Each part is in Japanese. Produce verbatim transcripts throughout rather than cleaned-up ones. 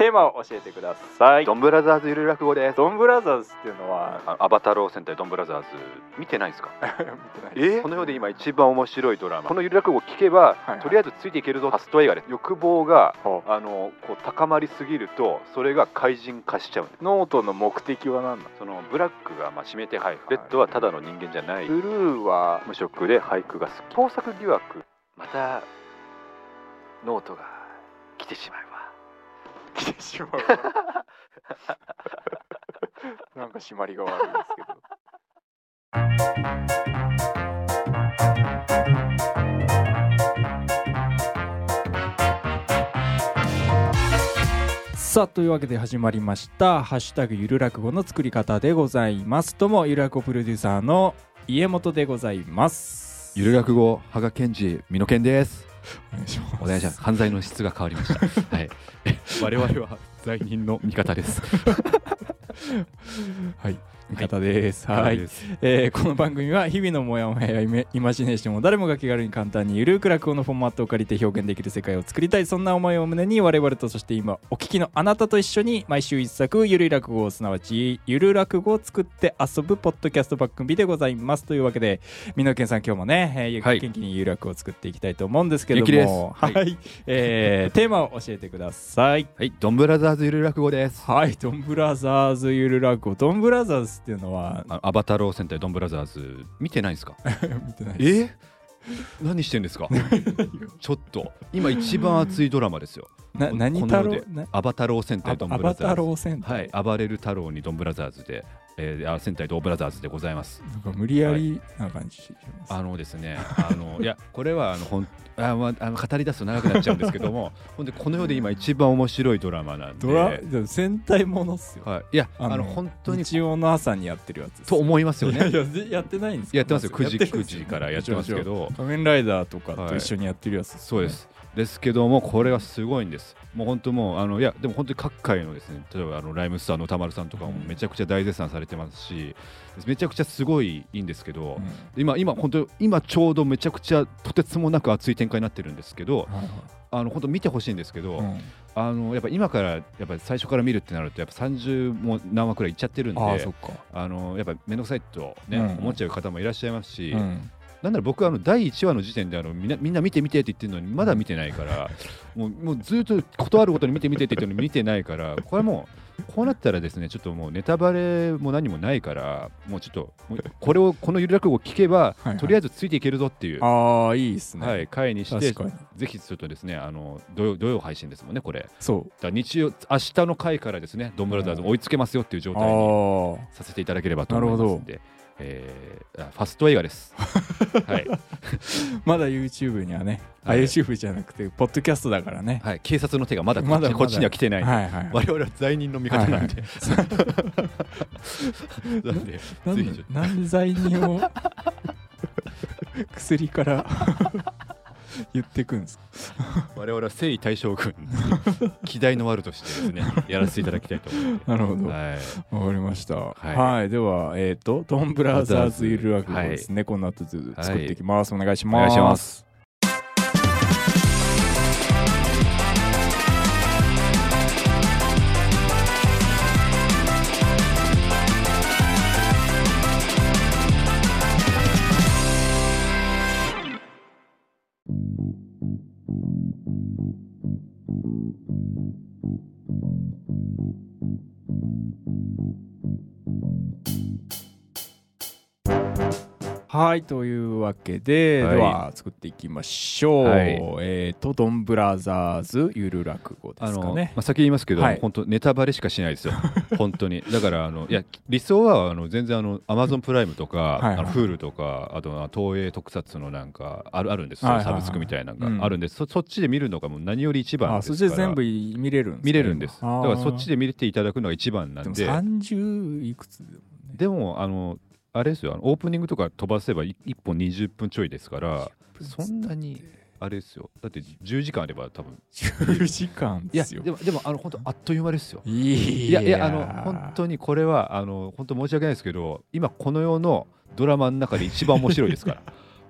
テーマを教えてください。 ドンブラザーズゆる落語です。 ドンブラザーズっていうのはあアバタロー戦隊ドンブラザーズ見てないですか？ 見てないです。 えー、この世で今一番面白いドラマ、このゆる落語を聞けば、はいはい、とりあえずついていけるぞ。ファスト映画です。欲望があのこう高まりすぎるとそれが怪人化しちゃうんです。 ノートの目的は何だ？ そのブラックがまあ指名手配、レッドはただの人間じゃない、 ブルーは無職で俳句が好き。盗作疑惑、またノートが来てしまうわ。 来てしまうわなんか締まりが悪いですけどさあというわけで始まりましたハッシュタグゆる落語の作り方でございます。どうもゆる落語プロデューサーの家元でございます。 ゆる落語羽賀健二美濃健です。 お願いします。 お願いします。犯罪の質が変わりましたはい、我々は罪人の味方ですはい味方です、はいはいえー、この番組は日々のモヤモヤやイメイマジネーションを誰もが気軽に簡単にゆるく落語のフォーマットを借りて表現できる世界を作りたい、そんな思いを胸に我々とそして今お聞きのあなたと一緒に毎週一作ゆるい落語をすなわちゆる落語を作って遊ぶポッドキャスト番組でございます。というわけで美濃健さん今日もね、えーはい、元気にゆる落語を作っていきたいと思うんですけども、はい、はいえー、テーマを教えてください。 はい、ドンブラザーズゆる落語です。 はい、ドンブラザーズゆる落語。ドンブラザーズっていうのはアバタロー戦隊ドンブラザーズ見てないですか？ 見てないです。 え何してんですかちょっと今一番熱いドラマですよ。 な何太郎アバタロー戦隊ドンブラザーズ。 アバタロー戦隊、 はい、暴れる太郎にドンブラザーズで、えー、戦隊ドンブラザーズでございます。 なんか無理やりな感じします、 はい、あのですねあのいやこれはあのほんあ、まあ、あの語り出すと長くなっちゃうんですけどもほんでこの世で今一番面白いドラマなんで。 ドラ戦隊ものっすよ、 はい、いやあの本当に日曜の朝にやってるやつですと思いますよね。 いやいややってないんですか？ やってますよ。くじくじからやってますけど、 仮面ライダーとかと一緒にやってるやつです、ね、 そうですですけどもこれはすごいんです。もう本当もうあのいやでも本当に各界のですね、例えばあのライムスターの歌丸さんとかもめちゃくちゃ大絶賛されてますし、めちゃくちゃすごいいいんですけど、うん、今今本当今ちょうどめちゃくちゃとてつもなく熱い展開になってるんですけど、はいはい、あの本当見てほしいんですけど、うん、あのやっぱ今からやっぱ最初から見るってなるとやっぱさんじゅうも何話くらいいっちゃってるんで、 あ、そっか、 あのやっぱめんどくさいとね、うん、思っちゃう方もいらっしゃいますし。うん、なんなら僕はあのだいいちわの時点であのみんなみんな見て見てって言ってるのにまだ見てないからもう、もうずっと断るごとに見て見てって言ってるのに見てないからこれもうこうなったらですねちょっともうネタバレも何もないからもうちょっともうこれをこのゆる落語を聞けばはい、はい、とりあえずついていけるぞっていうああいいですね、 はい、回にしてぜひちょっとですねあの土曜、土曜配信ですもんねこれ。 そうだ日曜明日の回からですねドンブラザーズ追いつけますよっていう状態にさせていただければと思いますんで。えー、ファスト映画です、はい、 まだ YouTube にはね、はい、あ YouTube じゃなくてポッドキャストだからね、 はい、警察の手がまだこっち、まだまだこっちには来てない、はいはいはい、我々は罪人の味方なんで、はいはい、なんでなんでなんで罪人を薬から言っていくんですか我々は征夷大将軍希代の悪としてですねやらせていただきたいと思います。 なるほど、はい、わかりました、はい、はい、では、えーと、ドンブラザーズゆる落語ですね、はい、この後作っていきます、はい、お願いします。お願いします。はい、というわけで、はい、では作っていきましょう、はい、えーとドンブラザーズゆる落語ですかね。 まあ、先言いますけど、はい、本当ネタバレしかしないですよ本当に。だからあのいや理想はあの全然あの Amazon プライムとか、はいはい、あの Hulu とかあとは東映特撮のなんかあるあるんですよ、はいはいはい、サブスクみたいなのがあるんです、うん、そ, そっちで見るのがもう何より一番ですから。あ、そっちで全部見れるんですか？見れるんです。だからそっちで見れていただくのが一番なんで。でもさんじゅういくつでもね。でもあのあれですよ、あのオープニングとか飛ばせばいっぽんにじゅっぷんちょいですからそんなにあれですよ。だってじゅうじかんあれば多分じゅうじかんですよ。 いやでもでもあの本当あっという間ですよ。 いやいやあの本当にこれはあの本当申し訳ないですけど今この世のドラマの中で一番面白いですから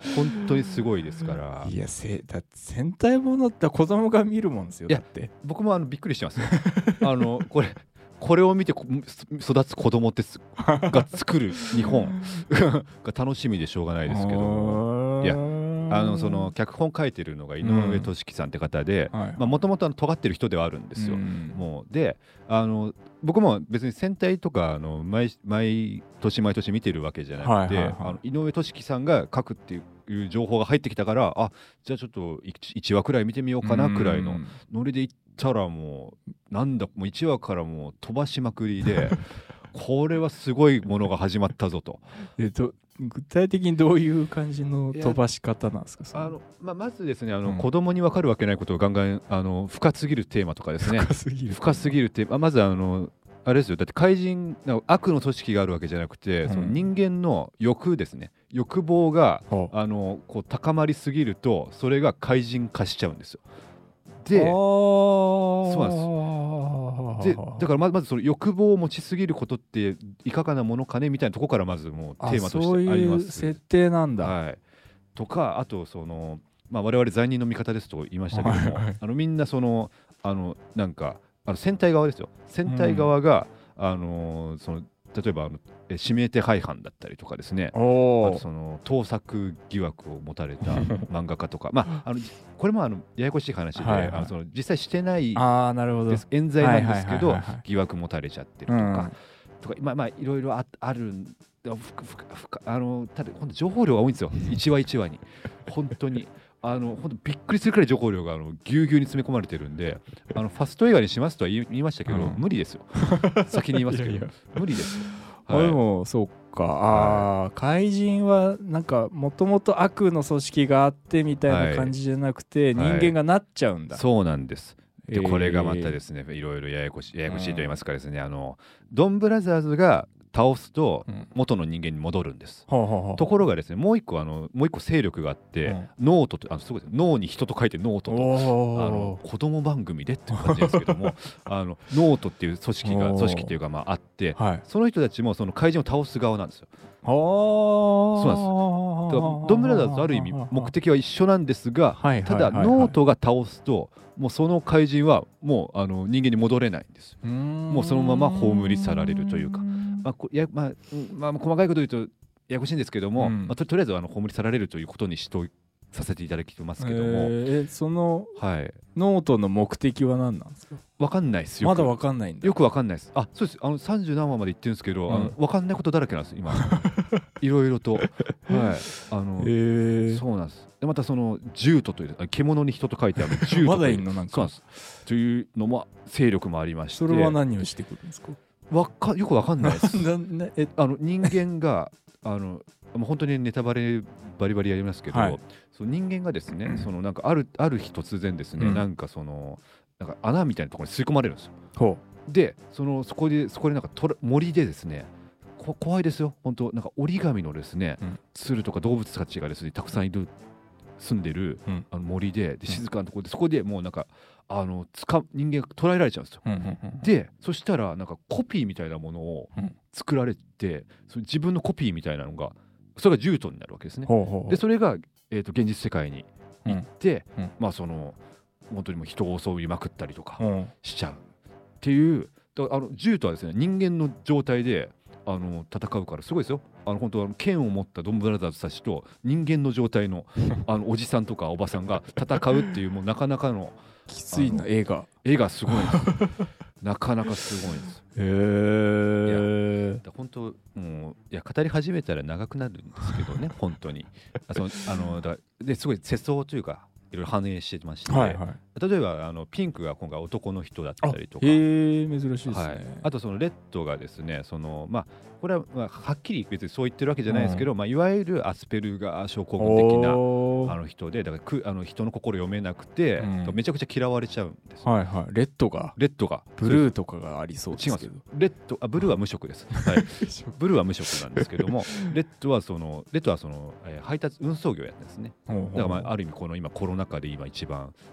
本当にすごいですから。 いやせだって戦隊ものって子供が見るもんですよ。だって僕もあのびっくりしてますよあのこれこれを見て育つ子供ってが作る日本が楽しみでしょうがないですけど、いやあのその脚本書いてるのが井上俊樹さんって方で、もともと尖ってる人ではあるんですよ。もうであの僕も別に戦隊とかあの 毎, 毎年毎年見てるわけじゃなくて、あの井上俊樹さんが書くっていう情報が入ってきたから、あじゃあちょっと いちわくらい見てみようかなくらいのノリでいったら、もうなんだもういちわからもう飛ばしまくりでこれはすごいものが始まったぞと。 えっと具体的にどういう感じの飛ばし方なんですか。 あの、まあ、まずですねあの、うん、子供に分かるわけないことをガンガンあの深すぎるテーマとかですね。 深すぎる深すぎるテーマ。まずあのあれですよ、だって怪人悪の組織があるわけじゃなくて、うん、その人間の欲ですね、欲望が、うん、あのこう高まりすぎるとそれが怪人化しちゃうんですよ。でそうなんですでだからまずその欲望を持ちすぎることっていかがなものかねみたいなところからまずもうテーマとしてあります。 そういう設定なんだ、 はい、とかあとその、まあ、我々罪人の味方ですと言いましたけども、あのみんなそのあのなんかあの戦隊側ですよ。戦隊側が、うん、あのその例えばあの指名手配犯だったりとかですね、あとその盗作疑惑を持たれた漫画家とかまああのこれもあのややこしい話で、はいはい、あのその実際してないです冤罪なんですけど疑惑持たれちゃってるとか、うん、とかまあまあいろいろ あ, あるんふふふあのただ本当情報量が多いんですよ一話一話に本当に。あの本当びっくりするくらい情報量があのぎゅうぎゅうに詰め込まれてるんで、あのファスト映画にしますとは言い, 言いましたけど、うん、無理ですよ先に言いますけどいやいや無理ですよ。 はい、でもそうか、あ、はい、怪人はなんかもともと悪の組織があってみたいな感じじゃなくて、はい、人間がなっちゃうんだ、 はい、そうなんです。でこれがまたですねいろいろややこしいややこしいと言いますかですね、うん、あのドンブラザーズが倒すと元の人間に戻るんです、うん、ところがですねもう一個あのもう一個勢力があって、うん、ノートとあのすごいです脳に人と書いてノートとあの子供番組でっていう感じですけどもあのノートっていう組織が組織っていうかまああって、はい、その人たちもその怪人を倒す側なんですよ。そうなんです。だからドンブラザーズとある意味目的は一緒なんですが、ただノートが倒すともうその怪人はもうあの人間に戻れないんです。もうそのまま葬り去られるというか、まあやまあまあ、細かいこと言うとややこしいんですけども、うんまあ、と, とりあえずあの葬り去られるということにしとさせていただきますけども、 えー、その、 はい、 ノートの目的は何なんですか。 わかんないですよ。 まだわかんないんだ。 よくわかんないです。あ、そうです。あのさんじゅう何話まで言ってるんですけど、うん、あのわかんないことだらけなんです今いろいろと、はい、あの、えー、そうなんです。でまたその獣人という獣に人と書いてある獣人まだいんのなんかそうなんですというのも勢力もありまして、 それは何をしてくるんですか。 わかよくわかんないですえあの人間があのもう本当にネタバレバリバリやりますけど、はい、その人間がですね、うん、そのなんかあるある日突然ですね、うん、なんかそのなんか穴みたいなところに吸い込まれるんですよ。ほうでそのそこでそこでなんかと森でですねこ怖いですよ本当なんか折り紙のですね、うん、鶴とか動物たちがですねたくさんいる住んでる、うん、あの森 で, で静かなところでそこでもうなんかあのつか人間が捕らえられちゃうんですよ、うんうんうん、でそしたらなんかコピーみたいなものを作られて、うん、その自分のコピーみたいなのがそれが獣人になるわけですね。ほうほうほうでそれが、えー、と現実世界に行って、うんうん、まあその本当にもう人を襲いまくったりとかしちゃうっていう、だからあの獣人はですね人間の状態であの戦うからすごいですよ。あの本当あの剣を持ったドンブラザーズたちと人間の状態 の, あのおじさんとかおばさんが戦うっていうもうなかなかのきついな映画絵がすごいですなかなかすごいです。 へー。 いや本当もういや語り始めたら長くなるんですけどね本当にあそのあのだですごい世相というかいろいろ反映してまして、はいはい、例えばあのピンクが今回男の人だったりとか、 へー珍しいですね、はい、 あとそのレッドがですねそのまあこれはまあはっきり別にそう言ってるわけじゃないですけど、うんまあ、いわゆるアスペルガー症候群的なあの人でだからくあの人の心読めなくて、うん、めちゃくちゃ嫌われちゃうんですよ、 はいはい、レッドがレッドがブルーとかがありそうですけど違うんですレッドあブルーは無色です、はい、ブルーは無色なんですけどもレッドはそのレッドはその、えー、配達運送業やってるんですね。だからまあある意味この今コロナ禍で今一番その頑張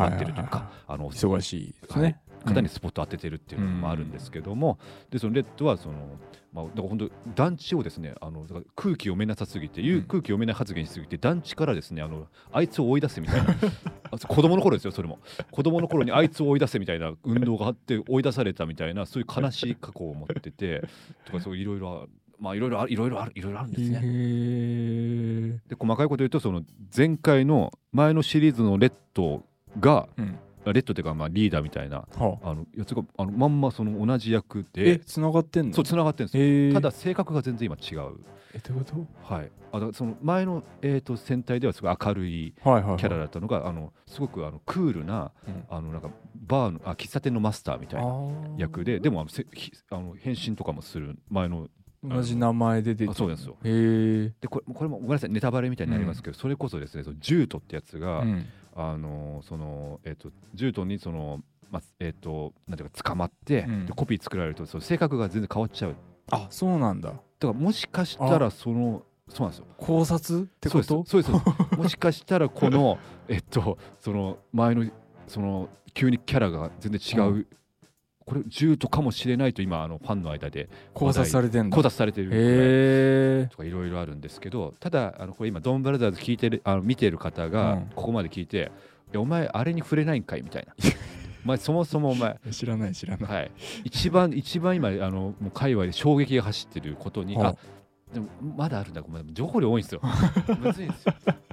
なってるというか、あの忙しいですね、 はい、方にスポット当ててるっていうのもあるんですけども、うん、でそのレッドはその、まあ、だから本当団地をですね、あのだから空気読めなさすぎて、うん、空気読めない発言しすぎて団地からですね、あのあいつを追い出せみたいな子供の頃ですよ、それも子供の頃にあいつを追い出せみたいな運動があって追い出されたみたいな、そういう悲しい過去を持っててとか、そういろいろまあいろいろあるいろいろあるいろいろあるんですね。へで細かいこと言うと、その前回の前のシリーズのレッドが、うん、レッドっていうかまあリーダーみたいな、はあ、あのやつがあのまんまその同じ役で、 えつながってんの？ そうつながってんですよ。ただ性格が全然今違う。 えどういうこと？はい。 あだその前の、えー、と戦隊ではすごい明るいキャラだったのが、はいはいはい、あのすごくあのクールな、うん、あのなんかバーのあ喫茶店のマスターみたいな役で、でもあのせあの変身とかもする前の同じ名前で出てる。 そうですよ。 へでこれ、これもごめんなさいネタバレみたいになりますけど、うん、それこそですね、そのジュートってやつが、うん、あのそのえっ、ー、とジュートにそのまえっ、ー、となんていうか捕まって、うん、でコピー作られるとその性格が全然変わっちゃう。 あ、そうなんだ。だからもしかしたらそのそうなんですよ。 考察ってこと？ そうです。そうですもしかしたらこのえっとその前のその急にキャラが全然違う。うん、これジュートかもしれないと今あのファンの間で考察されてるんだ。 考察されてるぐらいとかいろいろあるんですけど、ただあのこれ今ドンブラザーズ聞いてるあの見てる方がここまで聞いて、うん、お前あれに触れないんかいみたいなお前そもそもお前知らない知らない、 はい、一番一番今あのもう界隈で衝撃が走ってることに、あでもまだあるんだ、ごめん情報量多いんですよむずいんですよ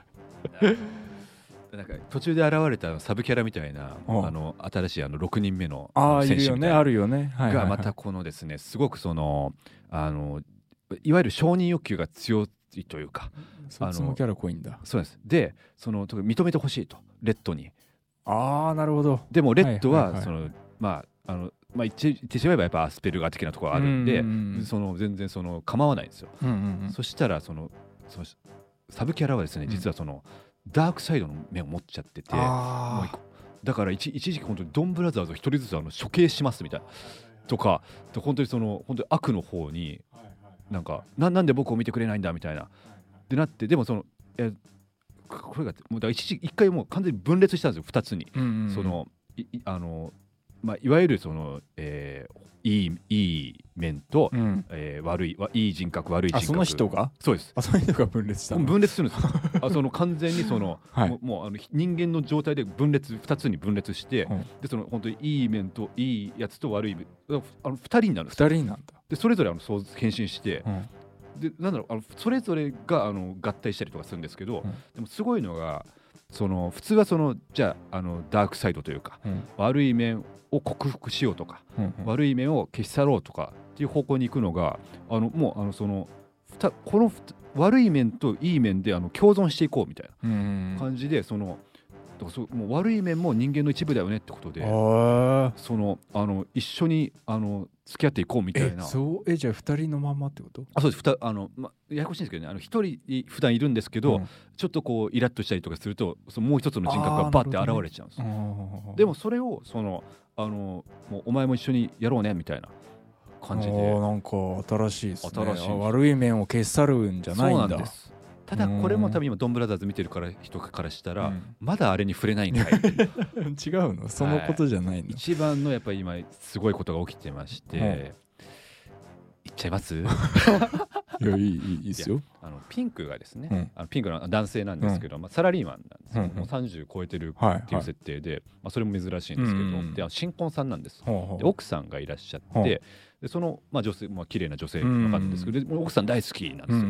なんか途中で現れたサブキャラみたいなあの新しいあのろくにんめの戦士みたいなあるよね、 あるよね、がまたこのですねすごくそのあのいわゆる承認欲求が強いというか、 そいつもキャラ濃いんだ。 そうです。でその認めてほしいとレッドに。 ああなるほど。 でもレッドはそのまああのまあ、言って言ってしまえばやっぱアスペルガー的なところがあるんで、うんうんうん、その全然その構わないんですよ、うんうんうん、そしたらそのそのサブキャラはですね、実はその、うん、ダークサイドの目を持っちゃってて、もう一個だから 一, 一時期本当にドンブラザーズを一人ずつあの処刑しますみたいなとか、本当にその本当に悪の方になんか な, なんで僕を見てくれないんだみたいなってなって、でもそのえこれがもうだから一時一回もう完全に分裂したんですよ、ふたつに、うんうんうん、その い, あのまあ、いわゆるその、えー、いい、いい面と、うんえー、悪い、いい人格悪い人格。 あその人がそうです。 あその人が分裂したの。 分裂するんですよあその完全にその、はい、も, もうあの人間の状態で分裂ふたつに分裂して、うん、でその本当にいい面といいやつと悪いあのふたりになるんですよ。 ふたりになるんだ。 でそれぞれあのそう変身して、うん、でなんだろうあのそれぞれがあの合体したりとかするんですけど、うん、でもすごいのがその普通はそのじゃあ、あのダークサイドというか、うん、悪い面を克服しようとか、うんうん、悪い面を消し去ろうとかっていう方向に行くのがあのもうあのそのこの悪い面といい面であの共存していこうみたいな感じで、うん、そのもう悪い面も人間の一部だよねってことで、そのあの一緒にあの付き合っていこうみたいな。 えそうえじゃあふたりのままってこと？ あそうです。ふたあの、ま、ややこしいんですけどね、あのひとり普段いるんですけど、うん、ちょっとこうイラッとしたりとかするとそのもう一つの人格がバッて現れちゃうんですよ、ね、でもそれをそのあのもうお前も一緒にやろうねみたいな感じで、 なんか新しいですね。新しい悪い面を消し去るんじゃないんだ。そうなんです。 ただこれも多分今ドンブラザーズ見てるから人からしたら、うん、まだあれに触れないんかい違うのそのことじゃないの、はい、 一番のやっぱり今すごいことが起きてまして、はい、言っちゃいますいやいいいいですよ。 あのピンクがですね、うん、あのピンクの男性なんですけど、うんまあ、サラリーマンなんですよ、うん、もうさんじゅう超えてるっていう設定で、はいはいまあ、それも珍しいんですけど、うん、で新婚さんなんです、うん、で奥さんがいらっしゃって、うん、でその、まあ、女性、まあ綺麗な女性の方ですけど、うん、奥さん大好きなんですよ、うん、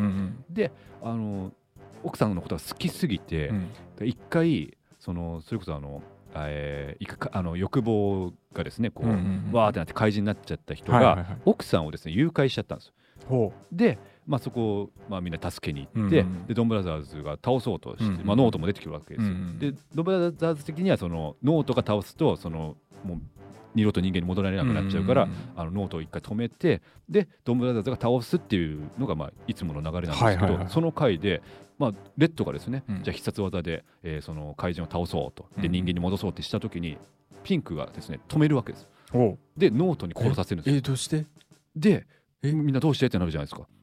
であの奥さんのことが好きすぎて、うん、一回そのそれこそあのえー、あの欲望がですねこう、うんうんうん、わーってなって怪人になっちゃった人が、はいはいはい、奥さんをですね誘拐しちゃったんですよ。で、まあ、そこを、まあ、みんな助けに行って、うんうん、でドンブラザーズが倒そうとして、うんうんまあ、ノートも出てくるわけですよ、うんうん、でドンブラザーズ的にはそのノートが倒すとそのもう二度と人間に戻られなくなっちゃうから、うんうんうん、あのノートを一回止めてでドンブラザーズが倒すっていうのが、まあ、いつもの流れなんですけど、はいはいはい、その回で、まあ、レッドがですね、うん、じゃあ必殺技で、えー、その怪人を倒そうとで人間に戻そうってした時に、うん、ピンクがですね止めるわけです。でノートに殺させるんですよ。 ええどうしてでえみんなどうしてってなるじゃないですか。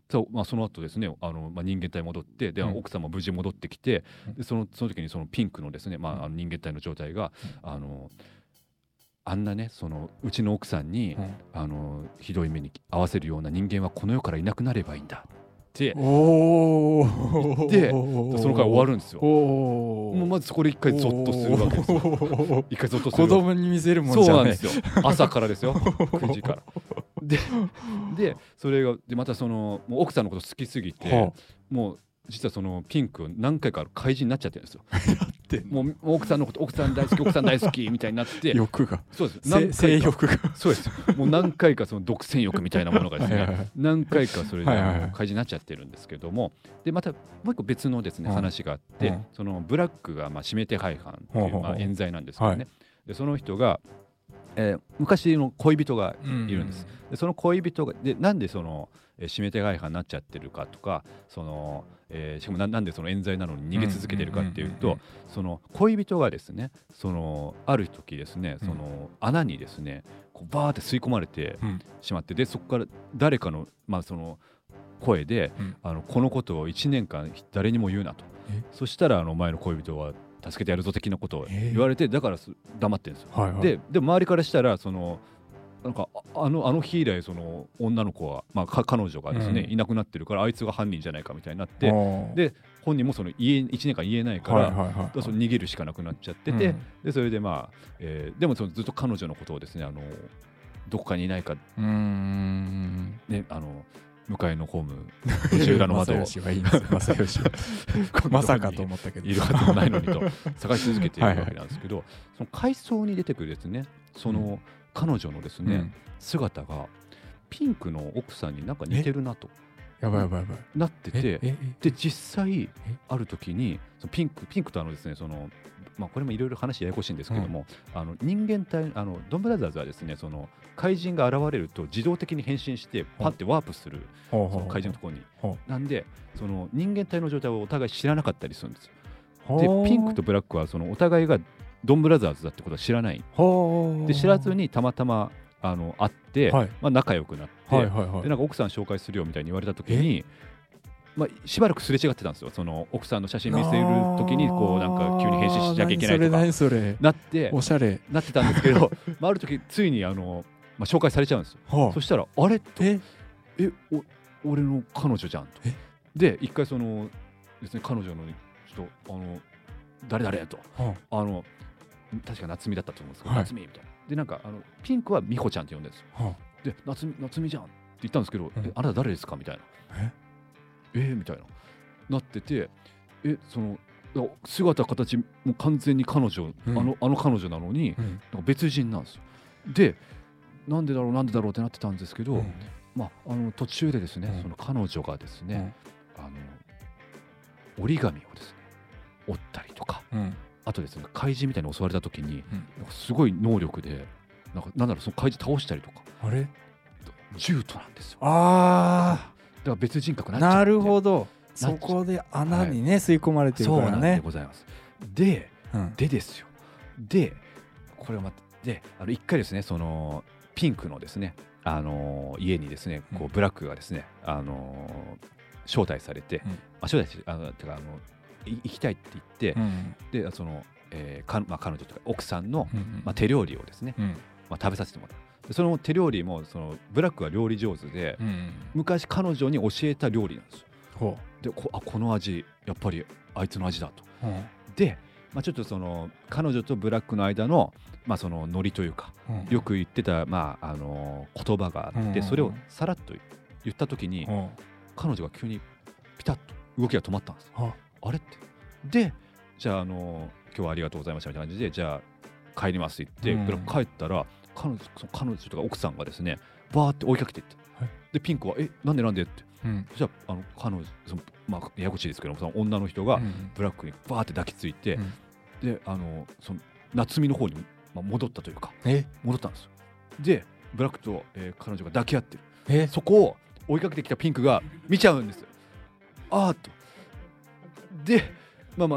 そう、まあ、その後ですねあの、まあ、人間体戻ってで、うん、奥さんも無事戻ってきて、うん、でそのその時にそのピンクのですね、まあ、あの人間体の状態が、うん、あのあんなねそのうちの奥さんに、うん、あのひどい目に遭わせるような人間はこの世からいなくなればいいんだっておでその回終わるんですよ。もうまずそこで一回ゾッとするわけですよ。一回ゾッとする。 子供に見せるもんじゃない。 そうなんですよ。朝からですよ。くじから。で、でそれがでまたそのもう奥さんのこと好きすぎて、はあ、もう実はそのピンク何回か怪人になっちゃってるんですよ。もう奥さんのこと奥さん大好き奥さん大好きみたいになって欲がそうです性欲がそうですもう何回かその独占欲みたいなものがですねはいはい、はい、何回かそれで怪人になっちゃってるんですけども、でまたもう一個別のですね、うん、話があって、うん、そのブラックがまあ指名手配犯という、まあ、冤罪なんですけどね、はい、でその人が、えー、昔の恋人がいるんです、うんうん、でその恋人がでなんでその指名手配犯になっちゃってるかとかそのえー、しかも な, なんでその冤罪なのに逃げ続けてるかっていうと、その恋人がですねそのある時ですねその穴にですねこうバーって吸い込まれてしまって、でそこから誰かのまあその声で、うん、あのこのことをいちねんかん誰にも言うなと、そしたらあの前の恋人は助けてやるぞ的なことを言われて、だから黙ってるんですよ、はいはい、で, で周りからしたらそのなんか あ, のあの日以来その女の子は、まあ、彼女がですね、うん、いなくなってるからあいつが犯人じゃないかみたいになってで本人もその言えいちねんかん言えないから、はいはいはいはい、その逃げるしかなくなっちゃってて、うん、でそれでまあ、えー、でもそのずっと彼女のことをですねあのどこかにいないかうーん、ね、あの向かいのホーム内裏の窓を正義はいいんです正義まさかと思ったけどいるはずもないのにと探し続けているわけなんですけどはい、はい、その回想に出てくるですねその、うん彼女のですね、うん、姿がピンクの奥さんになんか似てるなとやばいやばいやばいなっててで実際ある時にそのピンクピンクとあのですねそのまあこれもいろいろ話ややこしいんですけども、うん、あの人間体あのドンブラザーズはですねその怪人が現れると自動的に変身してパッてワープするその怪人のところになんでその人間体の状態をお互い知らなかったりするんですよ。でピンクとブラックはそのお互いがドンブラザーズだってことは知らないで知らずにたまたまあの会って、はいまあ、仲良くなって、はいはいはい、でなんか奥さん紹介するよみたいに言われた時に、まあ、しばらくすれ違ってたんですよ。その奥さんの写真見せる時にこうなんか急に変身しなきゃいけないとか何それ何それなっておしゃれなってたんですけどまあ、ある時ついにあの、まあ、紹介されちゃうんですよ、はあ、そしたらあれとええお俺の彼女じゃんとで一回そのですね彼女のちょっとあの誰々と、はあ、あの確か夏美だったと思うんですけど、はい、夏美みたいなでなんかあのピンクは美穂ちゃんって呼んでるんですよ、はあ、で夏美夏美じゃんって言ったんですけど、うん、えあなた誰ですかみたいなええー、みたいななっててえその姿形もう完全に彼女、うん、あのあの彼女なのに、うん、なんか別人なんですよ。でなんでだろうなんでだろうってなってたんですけど、うんまあ、あの途中でですね、うん、その彼女がですね、うん、あの折り紙をですね折ったりとか、うんあとですね怪人みたいに襲われた時に、うん、すごい能力でなんかなんだろうその怪人倒したりとかあれ獣人なんですよ。 ああだから別人格になっちゃう。 なるほどそこで穴にね、はい、吸い込まれてるからね。 そうなんでございます。で、うん、でですよでこれをまたであの一回ですねそのピンクのですねあのー、家にですねこうブラックがですね、うんあのー、招待されて、うん、あ招待あのてかあの行きたいって言って、うん、でその、えーかまあ、彼女とか奥さんの、うんうんまあ、手料理をですね、うんまあ、食べさせてもらう。でその手料理もそのブラックは料理上手で、うんうん、昔彼女に教えた料理なんですよ。ほうで こ, あこの味やっぱりあいつの味だと、うん、で、まあ、ちょっとその彼女とブラックの間の、まあ、そのノリというか、うん、よく言ってた、まあ、あの言葉があって、うん、それをさらっと言った時に、うん、彼女が急にピタッと動きが止まったんです、うん、あれってでじゃあ、あの今日はありがとうございましたみたいな感じでじゃあ帰りますって言って、うん、帰ったら彼女、その彼女とか奥さんがですねバーって追いかけていって、はい、でピンクはえなんでなんでって、うん、そしたらあの彼女その、まあ、ややこしいですけどその女の人がブラックにバーって抱きついて、うん、であのその夏美の方に、まあ、戻ったというかえ戻ったんですよ。でブラックと、えー、彼女が抱き合ってるえそこを追いかけてきたピンクが見ちゃうんですよ。あーっとでまあまあ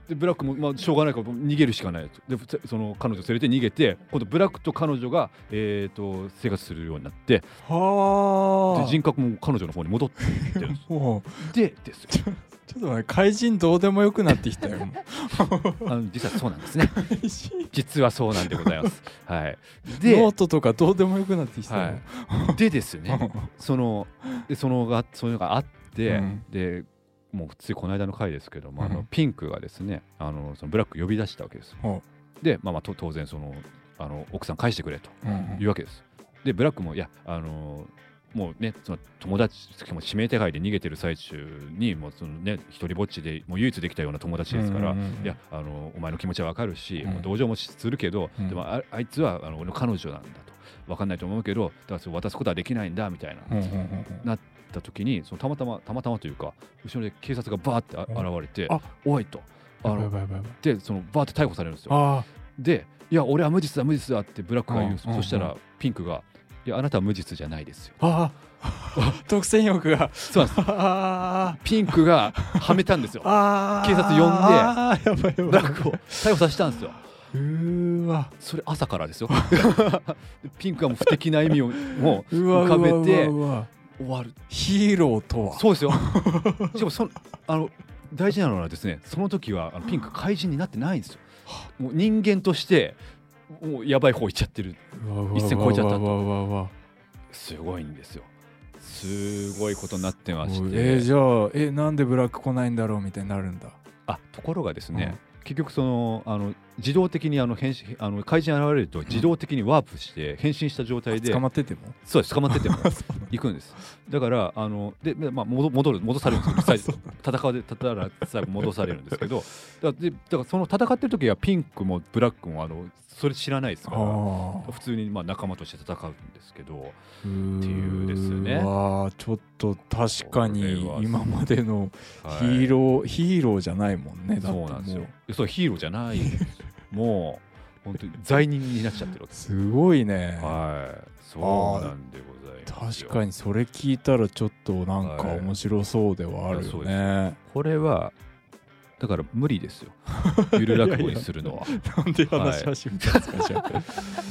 でブラックも、まあ、しょうがないから逃げるしかないと。でその彼女連れて逃げて、今度ブラックと彼女が、えー、と生活するようになって、 はで人格も彼女の方に戻ってるんですもうでですよちょっとね、怪人どうでもよくなってきたよあの実はそうなんですね実はそうなんでございますはい。 でノートとかどうでもよくなってきたよ、 はい、でですねそのでそのがそういうのがあって、うん、でもうついこの間の回ですけども、うん、あのピンクがですねあのそのブラック呼び出したわけです、うん、で、まあ、まあと当然そのあの奥さん返してくれというわけです、うんうん、でブラックもいやあのもうねその友達も指名手配で逃げてる最中にもうそのね一人ぼっちでもう唯一できたような友達ですから、うんうんうん、いやあのお前の気持ちはわかるし、うん、もう同情もするけど、うん、でも あ, あいつはあの俺の彼女なんだとわかんないと思うけどだからそれ渡すことはできないんだみたいな、うんうんうん、なった時にそのたまたまたまたまというか後ろで警察がバーって現れて、うん、あおいとあのでそのバーって逮捕されるんですよ。でいや俺は無実だ無実だってブラックが言う、うんうんうん、そしたらピンクがいやあなたは無実じゃないですよ。ああ独占欲がそうなんですピンクがはめたんですよ。警察呼んでブラックを逮捕させたんですよ。 うーわそれ朝からですよピンクがもう不敵な笑みをもう浮かべて終わる。 ヒーローとはそうですよしかもそあの大事なのはですねその時はあのピンク怪人になってないんですよ。もう人間としてもうやばい方いっちゃってる一線超えちゃったとすごいんですよ。すごいことになってまして、 えー、じゃあえなんでブラック来ないんだろうみたいになるんだ。 あところがですね、うん、結局そのあの自動的にあの変身あの怪人現れると自動的にワープして変身した状態で、 うん、捕まっててもそうです捕まってても行くんです。だからあので、まあ、戻, 戻る戻されるんですけど戦うで戦ったら最後戻されるんですけどだからでだからその戦ってる時はピンクもブラックもあのそれ知らないですから普通にまあ仲間として戦うんですけどっていうですね。 わちょっと確かに今までのヒーロー、はい、ヒーローじゃないもんね。 そうなんですよ。そうヒーローじゃないもう本当に罪人になっちゃってるわけです。 すごいね。 はいそうなんでございますよ。 確かにそれ聞いたらちょっとなんか面白そうではあるよね、 はい、これはだから無理ですよゆる落語にするのは。 いやいやなんで話し始めたんですか、はい、じゃあ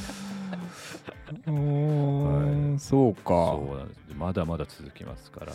はい、そうか。 そうなんです。まだまだ続きますから。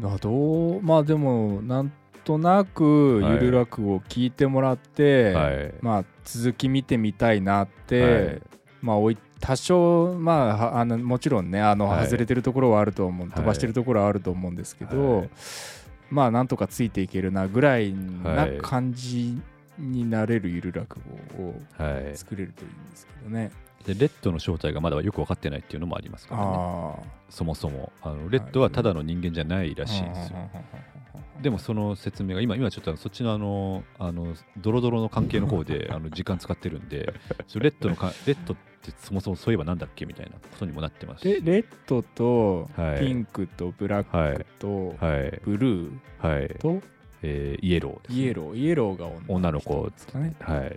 あどうまあでもなんとなくゆる落語を聞いてもらって、はい、まあ続き見てみたいなって、はい、まあおい多少まああのもちろんねあの外れてるところはあると思う、はい、飛ばしてるところはあると思うんですけど、はい、まあなんとかついていけるなぐらいな感じになれるゆる落語を作れるといいんですけどね。 でレッドの正体がまだよく分かってないっていうのもありますからね。そもそもあのレッドはただの人間じゃないらしいんですよ。でもその説明が今今ちょっとそっちのあのあのドロドロの関係の方であの時間使ってるんでレッドのかレッドってそもそもそういえばなんだっけみたいなことにもなってますし、 レッドとピンクとブラックとブルーと、 はいえー、イエローです、ね、 イエローイエローが女の子ですかね。はい、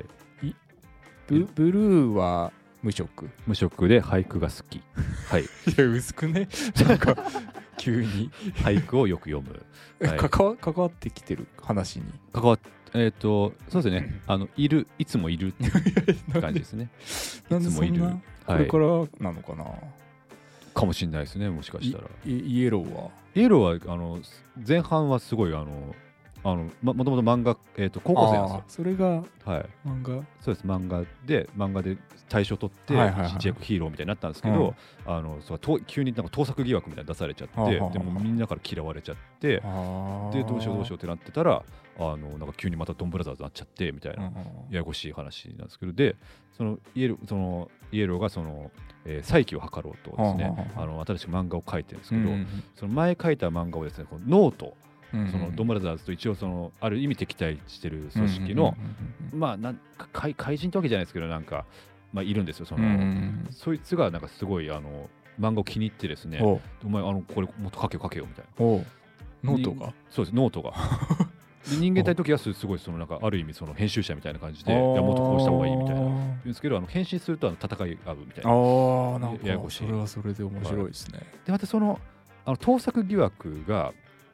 ブ, ブルーは無色無色で俳句が好き。はい。いや薄くね。なんか急に俳句をよく読む。 はい、関わ関わってきてる話に。 関わっえっ、ー、とそうですね。あのいるいつもいるって感じですね。 いつもいる。これからなのかな。 かもしれないですね。もしかしたら。 イエローは。 イエローはあの前半はすごいあの。あのま、もともと漫画、えー、と高校生なんですよ。 それが、 はい、 漫画そうです漫画で漫画で大賞取って、はいはいはい、一躍ヒーローみたいになったんですけど、うん、あのそうと急になんか盗作疑惑みたいに出されちゃって、はあはあ、でもみんなから嫌われちゃって、はあ、でどうしようどうしようってなってたらあのなんか急にまたドンブラザーズになっちゃってみたいな、はあ、ややこしい話なんですけど、でそのイエローそのイエローがその、えー、再起を図ろうとですね、はあはあ、あの新しく漫画を描いてるんですけど、うんうん、その前描いた漫画をですねこのノートそのドンブラザーズと一応そのある意味敵対してる組織のまあなんか怪怪人ってわけじゃないですけどなんかまあいるんですよ。その、うんうん、そいつがなんかすごいあの漫画を気に入ってですね、お, お前あのこれもっと書けよ書けよみたいな。 おノートがそうですノートがで人間体の時はすごいそのなんかある意味その編集者みたいな感じでいやもっとこうした方がいいみたいな言うんですけど、あの変身するとあの戦い合うみたいな。 あなんかややこしい。それはそれで面白いですね。 でまたそのあの盗作疑惑が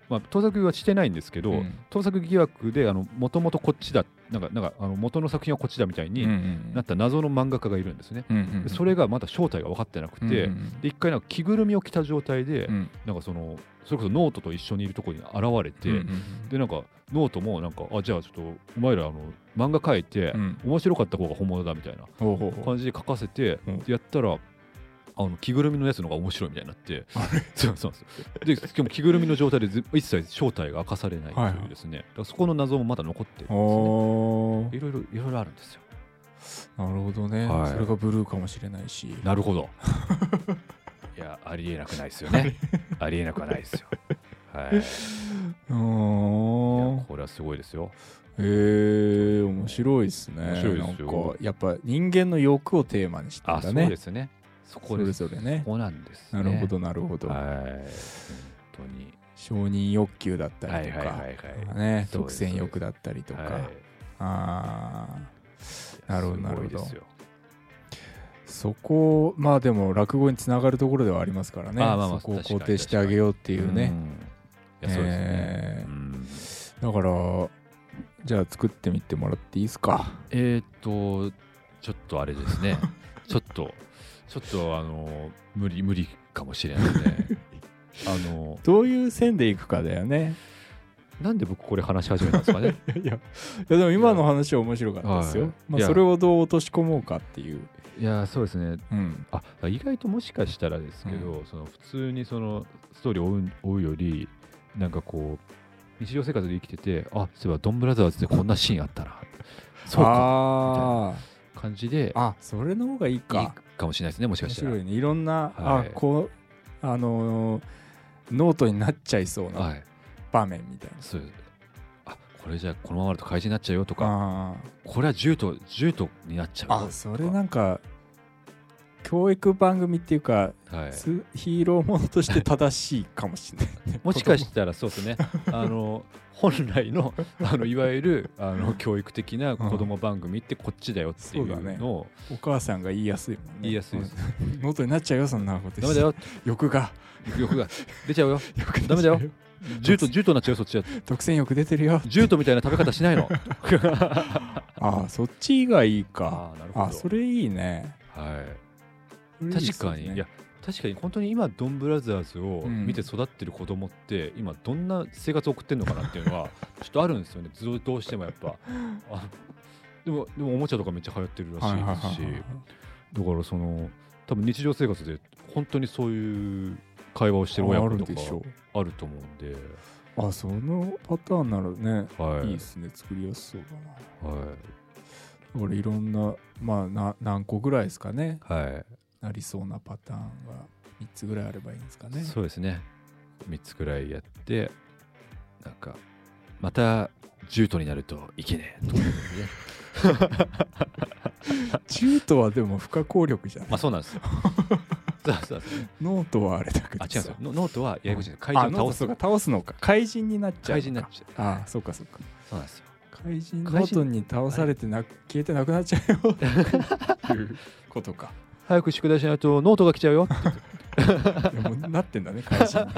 まあ、盗作はしてないんですけど、うん、盗作疑惑でもともとこっちだなんかなんかあの元の作品はこっちだみたいになった謎の漫画家がいるんですね、うんうんうん、でそれがまだ正体が分かってなくて、うんうん、で一回なんか着ぐるみを着た状態で、うん、なんかそのそれこそノートと一緒にいるところに現れて、うんうん、でなんかノートもなんかあじゃあちょっとお前らあの漫画描いて、うん、面白かった方が本物だみたいな感じで書かせて、うん、でやったらあの着ぐるみのやつの方が面白いみたいになってそうそうそうでしかも着ぐるみの状態で一切正体が明かされないというですね、はいはい、だからそこの謎もまだ残ってるんですね。いろいろいろいろあるんですよ。 なるほどね、はい、それがブルーかもしれないし。 なるほどいやありえなくないですよねありえなくはないですよはいいやこれはすごいですよ。 へえ面白いですね。 面白いですよ。 なんかやっぱ人間の欲をテーマにしてるんだね。 あそうですね。そこです。 それぞれね。 そこなんですね。 なるほどなるほど。 はい。本当に承認欲求だったりとか、はいはいはいはい、ね独占欲だったりとか、はい、ああなるほどなるほど。そこまあでも落語につながるところではありますからね。あまあまあそこを肯定してあげようっていうね。 いやそうですね。うん、 だからじゃあ作ってみてもらっていいですか。 えー、っとちょっとあれですね。ちょっとちょっとあの無理無理かもしれないね。あのどういう線でいくかだよね。 なんで僕これ話し始めたんですかね。 いやいやでも今の話は面白かったですよ。はいまあ、それをどう落とし込もうかっていう。 いやそうですね、うん、あ意外ともしかしたらですけど、うん、その普通にそのストーリーを追う、追うよりなんかこう日常生活で生きててあそういえばドンブラザーズでこんなシーンあったなそうかみたいな感じであそれの方がいいかいいかもしれないですね。もしかしたら面白いね。いろんな、はい、あこうあのー、ノートになっちゃいそうな場面みたいな、はい、 そうあこれじゃこのままだと怪人になっちゃうよとかこれは銃と銃とになっちゃうよあそれなんか教育番組っていうか、はい、ヒーローものとして正しいかもしれない、ね、 もしかしたらそうですねあの本来 の, あのいわゆるあの教育的な子供番組ってこっちだよっていうのを、 うんね、お母さんが言いやすいもんね。 言いやすいですノートになっちゃうよそんなことダメだよ欲が欲が出ちゃうよダメだよ銃と銃となっちゃうよそっちだ独占欲出てるよ銃とみたいな食べ方しないのああそっちがいいか。あなるほどあそれいいね。 はい確かに、ね、いや確かに本当に今ドンブラザーズを見て育ってる子供って、うん、今どんな生活を送ってるのかなっていうのはちょっとあるんですよね。どうしてもやっぱあでもでもおもちゃとかめっちゃ流行ってるらしいですしだからその多分日常生活で本当にそういう会話をしてる親子とかあると思うんであそのパターンならね、はい、いいですね作りやすそうだな。はいだからいろんなまあな何個ぐらいですかね、はい、なりそうなパターンがみっつぐらいあればいいんですかね。 そうですねみっつぐらいやってなんかまたジュートになるといけねえと思うねジュートはでも不可抗力じゃない。 あそうなんですよそうそうそうノートはあれだけどあ違うんですよノートはややこしいです。怪人を倒す倒すのか怪人になっちゃう怪人になっちゃうああそうかそうかそうなんですよ怪人ノートに倒されてな消えてなくなっちゃうよっていうことか。 早く宿題しないとノートが来ちゃうよでもなってんだね怪人に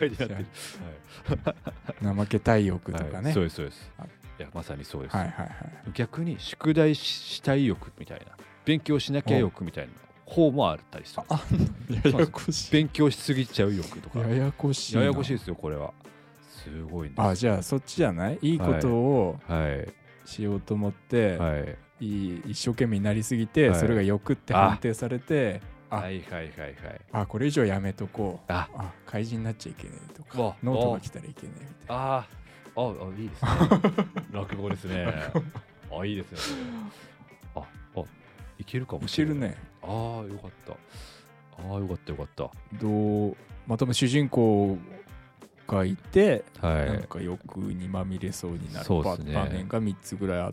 怠けたい欲とかね、はい、 そうですそうです。いやまさにそうです、はいはいはい、逆に宿題したい欲みたいな勉強しなきゃ欲みたいな方もあったりする。あややこしい勉強しすぎちゃう欲とかややこしいややこしいですよこれは。すごいんです。 あじゃあそっちじゃないいいことをしようと思って、はいはい、いい一生懸命になりすぎて、はい、それが欲って判定されてあはいはいはいはいあこれ以上やめとこうああ怪人になっちゃいけないとかノートが来たらいけないみたいな。 あああいいですね落語ですねあいいですねああいけるかもしれない。いけるね。ああよかったああよかったよかった。 どうまた主人公がいて、はい、なんか欲にまみれそうになる場面がみっつぐらいあって、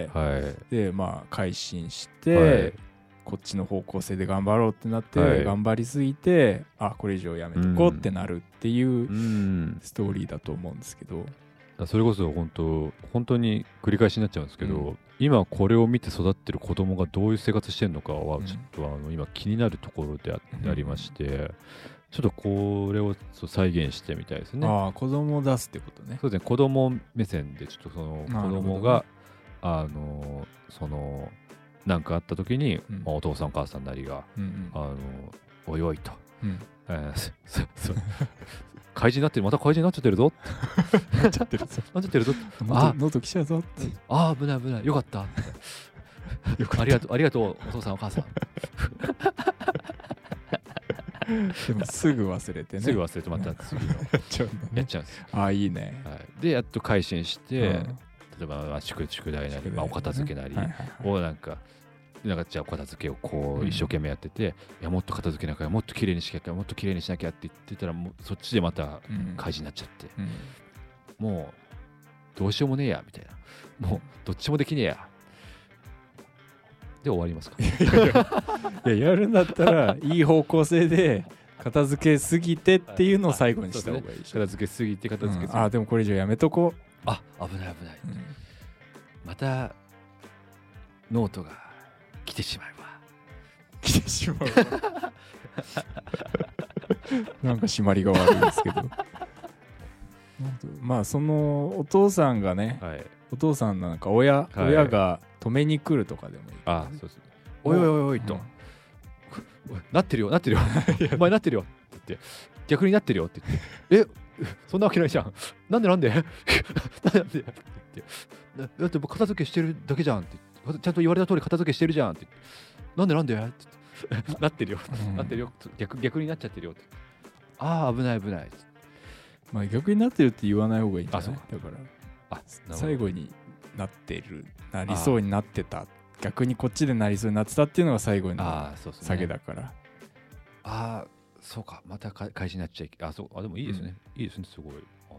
はい、でまあ改心して、はい、こっちの方向性で頑張ろうってなって、はい、頑張りすぎてあこれ以上やめとこうってなるっていうストーリーだと思うんですけど、 うん、それこそ本当本当に繰り返しになっちゃうんですけど、うん、今これを見て育ってる子供がどういう生活してるのかはちょっとあの今気になるところで あ, ありまして、 ちょっとこれをそう再現してみたいですね。 ああ、子供を出すってことね。 そうですね、子供目線でちょっとその子供が、 ね、 あのそのなんかあった時に、 うん、 まあ、お父さんお母さんなりが、うんうん、あのおいおいと、うんえー、そそ怪人になってる、また怪人になっちゃってるぞなっちゃってるぞなっちゃってるぞあノート来ちゃうぞってああ危ない危ないよかったよかったありがとうありがとうお父さんお母さんでもすぐ忘れてねすぐ忘れてまた次のやっちゃうんですよ。 ああいいね、 はい、でやっと改心して、うん、例えば宿題なり、まあ、お片付けなりをなんかなんかじゃあ片付けをこう一生懸命やってて、うん、いやもっと片付けなきゃもっときれいにしなきゃもっときれいにしなきゃって言ってたらもうそっちでまた怪人になっちゃって、うん、もうどうしようもねえやみたいなもうどっちもできねえやで終わりますかいややるんだったらいい方向性で片付けすぎてっていうのを最後にした方がいい、ね、 片付けすぎて片付けすぎて、 うん、あでもこれじゃやめとこうあ危ない危ない、うん、またノートが来てしまうわ来てしまうわなんか締まりが悪いですけどまあそのお父さんがね、はい、お父さんなんか 親,、はい、親が止めに来るとかでもいい、ね、 あそうですねおいおいおいおいと、うん、なってるよなってるよお前なってるよって言って逆になってるよって言ってえそんなわけないじゃんなんでなんでなんでなんでって言ってだって片付けしてるだけじゃんってちゃんと言われた通り片付けしてるじゃんってなんでなんでってなってるよ、うん、なってるよ 逆, 逆になっちゃってるよってああ危ない危ないまあ逆になってるって言わない方がいいんじゃないだからあ最後になってるなりそうになってた逆にこっちでなりそうになってたっていうのが最後の下げだからああそうかまた開始になっちゃいけあそうあでもいいですね、うん、いいですねすごいあの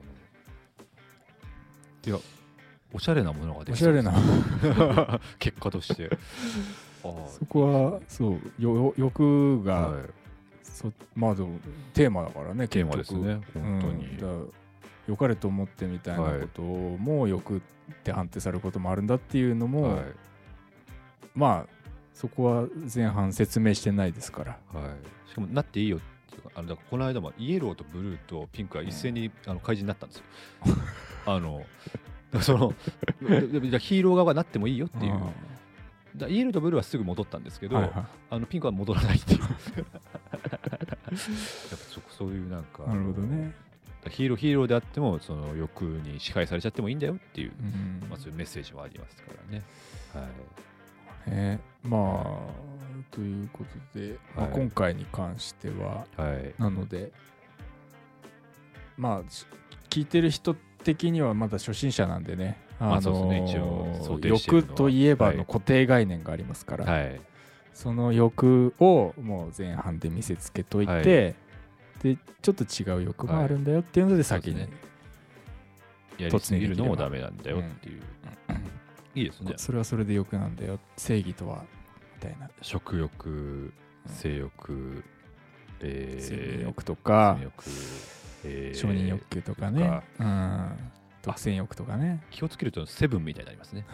いやおしゃれなものができておしゃれな結果としてあそこはそうよ欲が、はい、そまあでもテーマだからねテーマですね本当に、 うん、良かれと思ってみたいなことを、はい、もう欲って判定されることもあるんだっていうのも、はい、まあそこは前半説明してないですから、 はい、しかもなっていいよっていうかあのだからこの間もイエローとブルーとピンクが一斉に、うん、あの怪人になったんですよあのそのヒーロー側がなってもいいよっていう、だイエローとブルーはすぐ戻ったんですけど、はいはい、あのピンクは戻らないっていうやっぱ そ, そういうなんかなるほどねヒーローヒーローであってもその欲に支配されちゃってもいいんだよっていう、うんまあ、そういうメッセージもありますからね。はい。 えー、まあということで、はいまあ、今回に関しては、はい、なのでまあ聞いてる人的にはまだ初心者なんでね、あのー、欲といえばの固定概念がありますから、はい、その欲をもう前半で見せつけといて、はいでちょっと違う欲もあるんだよっていうので先に、はいね、 やりすぎるのもダメなんだよっていう、うん、いいですねそれはそれで欲なんだよ正義とはみたいな食欲性欲、うんえー、 睡眠欲とか、えー、承認欲求とかねとか、うん、独占欲とかね気をつけるとセブンみたいになりますね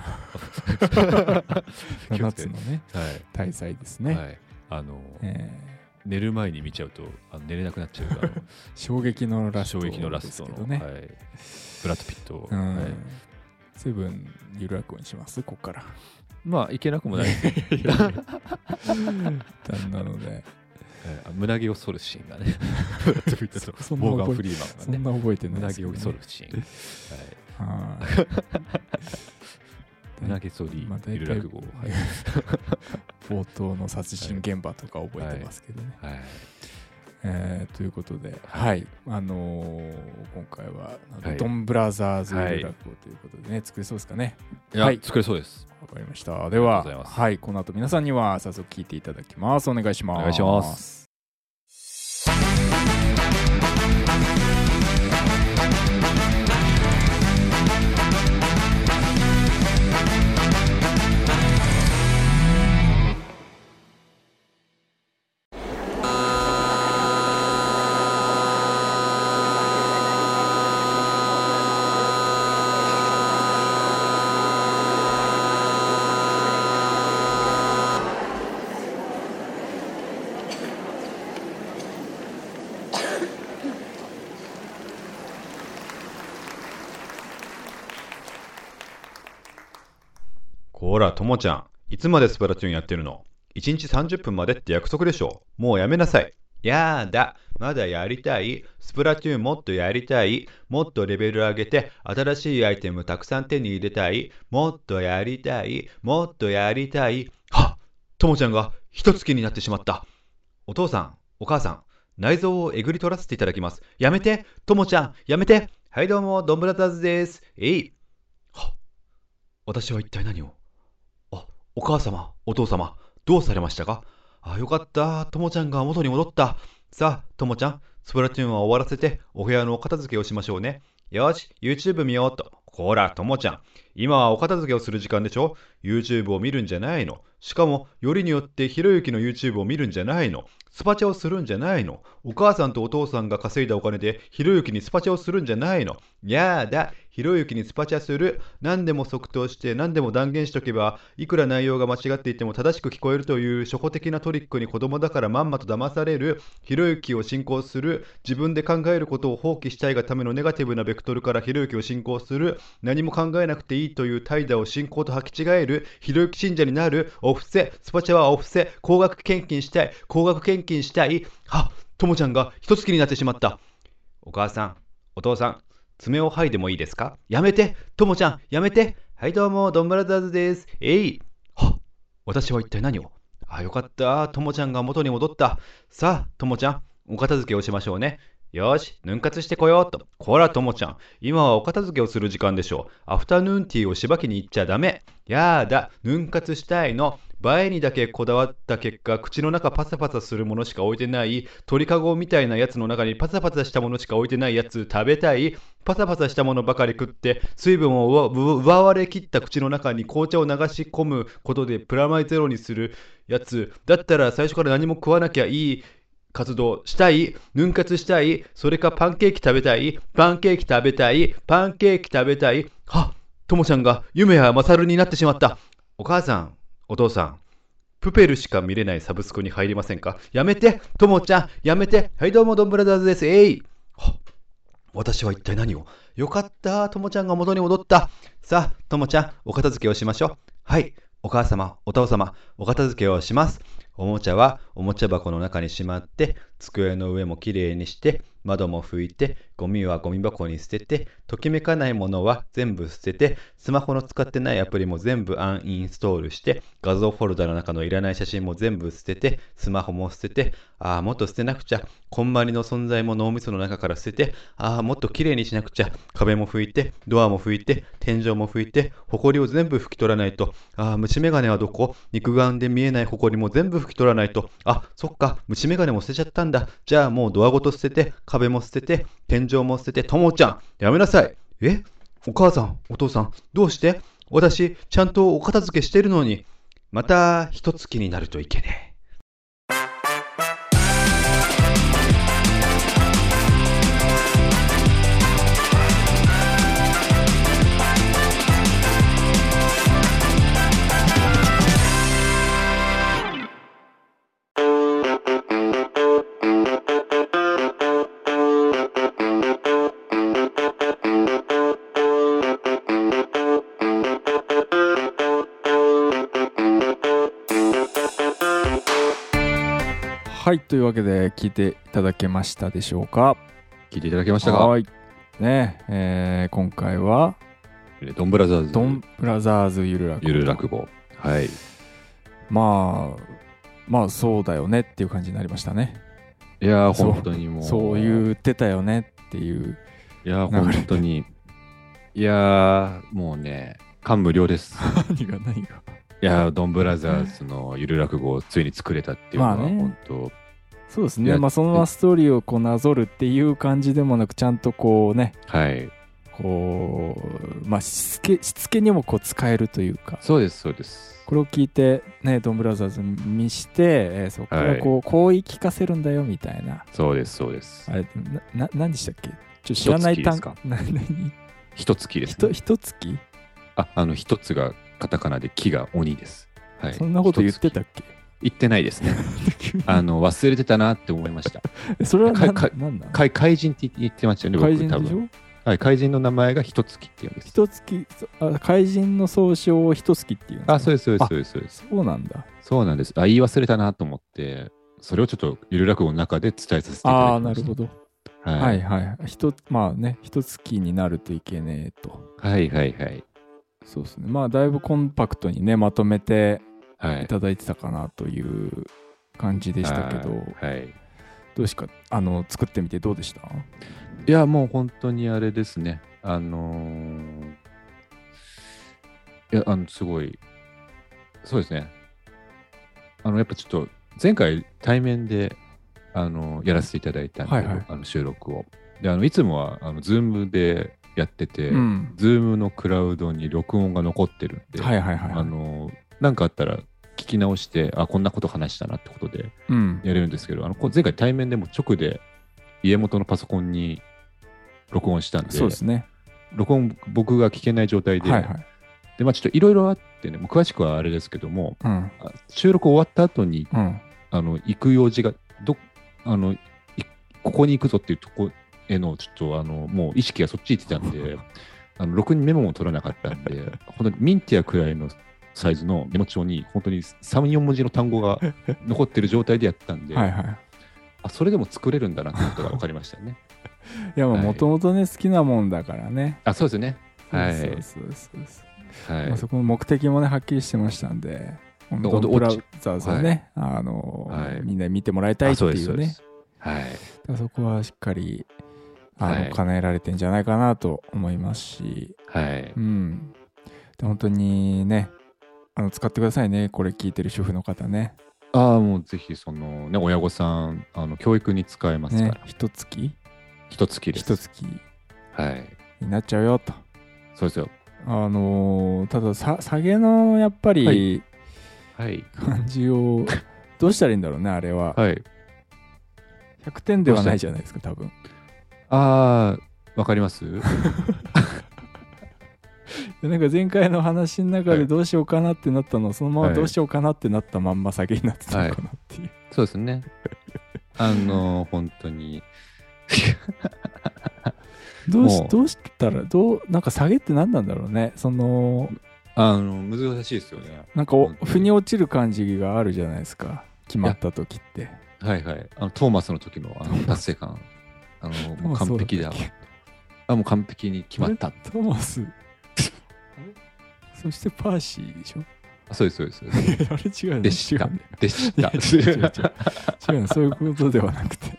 ななつのね、はい、大祭ですね、はい、 あのーえー寝る前に見ちゃうとあの寝れなくなっちゃうから衝撃のラスト衝撃のラストの、ねはい、ブラッド・ピット、 うんはい、セブン緩やかにしますここからまあいけなくもないなので胸毛を剃るシーンがねブラッド・ピットとモーガン・フリーマンがねそんな覚えてないですけど、ね、胸毛を剃るシーン、はい胸毛剃り、まあ、ゆる落語、はい、 冒頭の殺人現場とか覚えてますけどね、はいはいえー、ということで、はい、あのー、今回は、はい、ドンブラザーズゆる落語ということでね、作れそうですかね。 いや、はい、作れそうです。 わかりました。では、はい、この後皆さんには早速聞いていただきます。お願いします。 お願いします。 こら、ともちゃん、いつまでスプラトゥーンやってるの？ いち 日さんじゅっぷんまでって約束でしょ。もうやめなさい。やだ、まだやりたい。スプラトゥーンもっとやりたい。もっとレベル上げて、新しいアイテムたくさん手に入れたい。もっとやりたい。もっとやりたい。はっ、ともちゃんが一月になってしまった。お父さん、お母さん、内臓をえぐり取らせていただきます。やめて、ともちゃん、やめて。はいどうも、ドンブラザーズです。えい。はっ、私は一体何を？あ、お母様、お父様、どうされましたか？あ、よかった。ともちゃんが元に戻った。さあ、ともちゃん、スプラトゥーンは終わらせて、お部屋のお片付けをしましょうね。よし、YouTube 見ようっと。こら、ともちゃん。今はお片付けをする時間でしょ？ YouTube を見るんじゃないの。しかも、よりによってひろゆきの YouTube を見るんじゃないの。スパチャをするんじゃないの。お母さんとお父さんが稼いだお金でひろゆきにスパチャをするんじゃないの。やだ、ひろゆきにスパチャする。何でも即答して何でも断言しとけば、いくら内容が間違っていても正しく聞こえるという初歩的なトリックに子供だからまんまと騙される。ひろゆきを信仰する。自分で考えることを放棄したいがためのネガティブなベクトルからひろゆきを信仰する。何も考えなくていいという怠惰を信仰と履き違える。ひろゆき信者になる。お布施、スパチャはお布施、高額献金したい、高額献金したい。はっ、ともちゃんが一月になってしまった。お母さん、お父さん、爪を剥いでもいいですか？やめて、ともちゃん、やめて。はいどうも、ドンブラザーズです。えい。はっ、私は一体何を？あ、よかった。ともちゃんが元に戻った。さあ、ともちゃん、お片付けをしましょうね。よし、ヌン活してこようと。こら、ともちゃん、今はお片付けをする時間でしょう。アフタヌーンティーをしばきに行っちゃダメ。やだ、ヌン活したいの。映えにだけこだわった結果、口の中パサパサするものしか置いてない、鳥かごみたいなやつの中にパサパサしたものしか置いてないやつ食べたい。パサパサしたものばかり食って、水分を奪われきった口の中に紅茶を流し込むことでプラマイゼロにするやつ。だったら最初から何も食わなきゃいい。活動したい、ヌン活したい、それかパンケーキ食べたい、パンケーキ食べたい、パンケーキ食べたい。はっ、ともちゃんが夢やマサルになってしまった。お母さん、お父さん、プペルしか見れないサブスクに入りませんか？やめて、ともちゃん、やめて。はいどうも、ドンブラザーズです。えい。はっ、私は一体何を？よかった、ともちゃんが元に戻った。さあ、ともちゃん、お片付けをしましょう。はい、お母様、お父様、お片付けをします。おもちゃはおもちゃ箱の中にしまって、机の上もきれいにして、窓も拭いて、ゴミはゴミ箱に捨てて、ときめかないものは全部捨てて、スマホの使ってないアプリも全部アンインストールして、画像フォルダの中のいらない写真も全部捨てて、スマホも捨てて、ああ、もっと捨てなくちゃ。こんまりの存在も脳みその中から捨てて、ああ、もっときれいにしなくちゃ。壁も拭いて、ドアも拭いて、天井も拭いて、ほこりを全部拭き取らないと。ああ、虫眼鏡はどこ？肉眼で見えないほこりも全部拭き取らないと。あ、そっか、虫眼鏡も捨てちゃったんだ。じゃあもうドアごと捨てて、壁も捨てて、天井も捨てて、ともちゃん、やめなさい。え？お母さん、お父さん、どうして？私、ちゃんとお片付けしてるのに。また、一月になるといけねえ。 はい、というわけで聞いていただけましたでしょうか？ 聞いていただけましたか？ はい、ねえー、今回はドンブラザーズドンブラザーズゆる落語。 ゆる落語。はい。 まあまあそうだよねっていう感じになりましたね。 いやー本当にもうそう言ってたよねっていう。 いやー本当にいやーもうね感無量です。 何が何が。 いやドンブラザーズのゆる落語をついに作れたっていうのは本当、まあね、 そうですね。まあそのままストーリーをこうなぞるっていう感じでもなく、ちゃんとこうね、 はいこうまあしつけしつけにもこう使えるというか。 そうですそうです。 これを聞いてねドンブラザーズ見して、えー、そこからこう、はい、こう言い聞かせるんだよみたいな。 そうですそうです。 あれなな何でしたっけ？ちょっと知らない単語。 一月ですね。 一月？ああの一つがカタカナで木が鬼です。はい。 そんなこと言ってたっけ？ 言ってないですね。あの忘れてたなって思いました。 それはなかかなんだ？怪人って言ってましたよね。 怪人でしょ？ はい、怪人の名前が一月っていうんです。 一月、あ、怪人の総称を一月っていうんですか？ あ、そうですそうですそうですそうです。 そうなんだ。 そうなんです。あ、言い忘れたなと思って、それをちょっとゆる落語の中で伝えさせていただきました。 ああ、なるほど。はい、はい、はい。ひと、まあね、一月になるといけねえと。 はいはいはい。 そうですね。まあだいぶコンパクトにねまとめてはいいただいてたかなという感じでしたけど、 はい、 どうですか、あの作ってみてどうでした？ いやもう本当にあれですね。あのー、いやあのすごいそうですね。あのやっぱちょっと前回対面であのやらせていただいたんで、はいはい、あの収録をであのいつもはあの Zoom でやってて、うん、Zoom のクラウドに録音が残ってるんで、はいはいはいはい、あのなんかあったら聞き直してあこんなこと話したなってことでやれるんですけど、うん、あの前回対面でも直で家元のパソコンに録音したんで、そうですね、録音僕が聞けない状態で、はいはい、でまあちょっといろいろあってね、もう詳しくはあれですけども、うん、収録終わった後に、うん、あの行く用事がどあのここに行くぞっていうとこへのちょっとあのもう意識がそっち行ってたんであのろくにメモも取らなかったんで本当にミンティアくらいのサイズのメモ帳に本当にさん、よん文字の単語が残ってる状態でやったんではい、はい、あそれでも作れるんだなってことが分かりましたね。 いやもともとね好きなもんだからね。 あそうですね。はい。 そうそうそうそう、はい、まあ、そこの目的もねはっきりしてましたんで、本当ブラウザーズをね、はい、あの、はい、みんな見てもらいたいっていうね。はい。だそこはしっかりあの、はい、叶えられてんじゃないかなと思いますし、はい。うん。で本当にね、あの使ってくださいね。これ聞いてる主婦の方ね。 ああもうぜひそのね親御さんあの教育に使えますから。ね、 一月？ 一月です。 一月。 はい。 になっちゃうよと。 そうですよ。 あのー、たださ下げのやっぱり、はい、感じをどうしたらいいんだろうねあれは。はい。ひゃくてんではないじゃないですか多分。 ああわかります？ なんか前回の話の中でどうしようかなってなったのを、はい、そのままどうしようかなってなったまんま下げになってたのかなっていう、はい、 そうですね。あのー、本当にどうしどうしたらどうなんか下げって何なんだろうね。そのあの難しいですよね。 なんか腑に落ちる感じがあるじゃないですか決まった時って。 はいはい。あのトーマスの時のあの達成感あのもう完璧だ。あもう完璧に決まった。 トーマスそしてパーシーでしょ。 あそうですそうです。あれ違うね。 でした。でした。 違う違う違う違うそういうことではなくて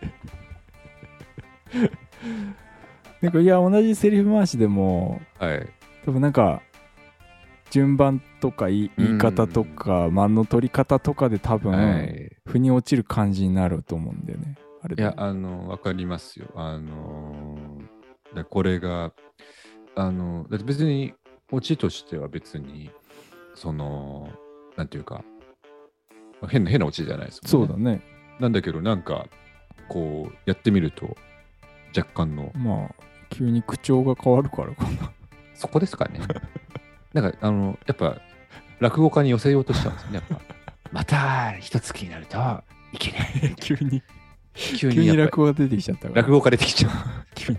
なんかいや同じセリフ回しでも、はい、多分なんか順番とか言い方とか間の取り方とかで多分、はい、腑に落ちる感じになると思うんだよね。あれいやあの分かりますよ。あのー、これがあのだって別にオチとしては別にそのなんていうか変な変なオチじゃないですもんね。 そうだね。 なんだけどなんかこうやってみると若干のまあ急に口調が変わるからかなそこですかね。なんかあのやっぱ落語家に寄せようとしたんですね。やっぱまた一月になるといけない急に急に急に落語が出てきちゃったから落語家出てきちゃう急に